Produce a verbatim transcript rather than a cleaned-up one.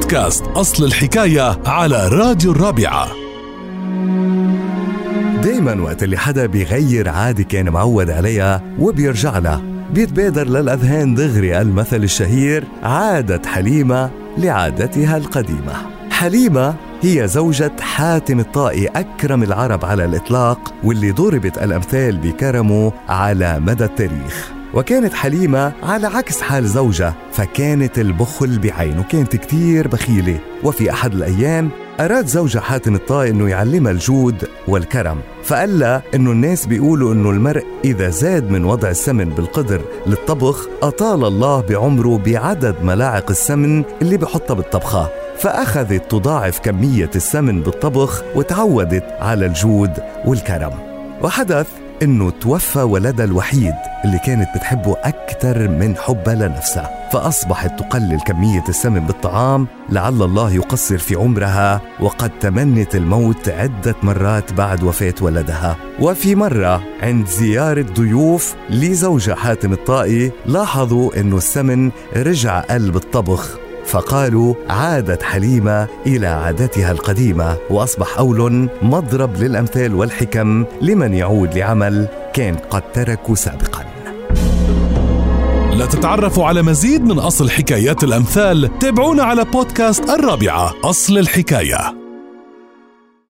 بودكاست أصل الحكاية على راديو الرابعة. دايما وقت اللي حدا بيغير عادة كان معود عليها وبيرجع لها بيتبادر للأذهان دغري المثل الشهير: عادت حليمة لعادتها القديمة. حليمة هي زوجة حاتم الطائي، أكرم العرب على الإطلاق، واللي ضربت الأمثال بكرمه على مدى التاريخ. وكانت حليمة على عكس حال زوجها، فكانت البخل بعينه، كانت كتير بخيلة. وفي أحد الأيام أراد زوجها حاتم الطائي أنه يعلمها الجود والكرم، فقال لها أنه الناس بيقولوا أنه المرء إذا زاد من وضع السمن بالقدر للطبخ أطال الله بعمره بعدد ملاعق السمن اللي بحطها بالطبخة. فأخذت تضاعف كمية السمن بالطبخ وتعودت على الجود والكرم. وحدث أنه توفى ولدها الوحيد اللي كانت بتحبه أكثر من حبها لنفسها، فأصبحت تقلل كمية السمن بالطعام لعل الله يقصر في عمرها، وقد تمنت الموت عدة مرات بعد وفاة ولدها. وفي مرة عند زيارة ضيوف لزوجها حاتم الطائي لاحظوا أنه السمن رجع قل بالطبخ، فقالوا: عادت حليمة إلى عادتها القديمة. وأصبح قول مضرب للأمثال والحكم لمن يعود لعمل كان قد تركوا سابقا. لا تتعرفوا على مزيد من أصل حكايات الأمثال؟ تابعونا على بودكاست الرابعة أصل الحكاية.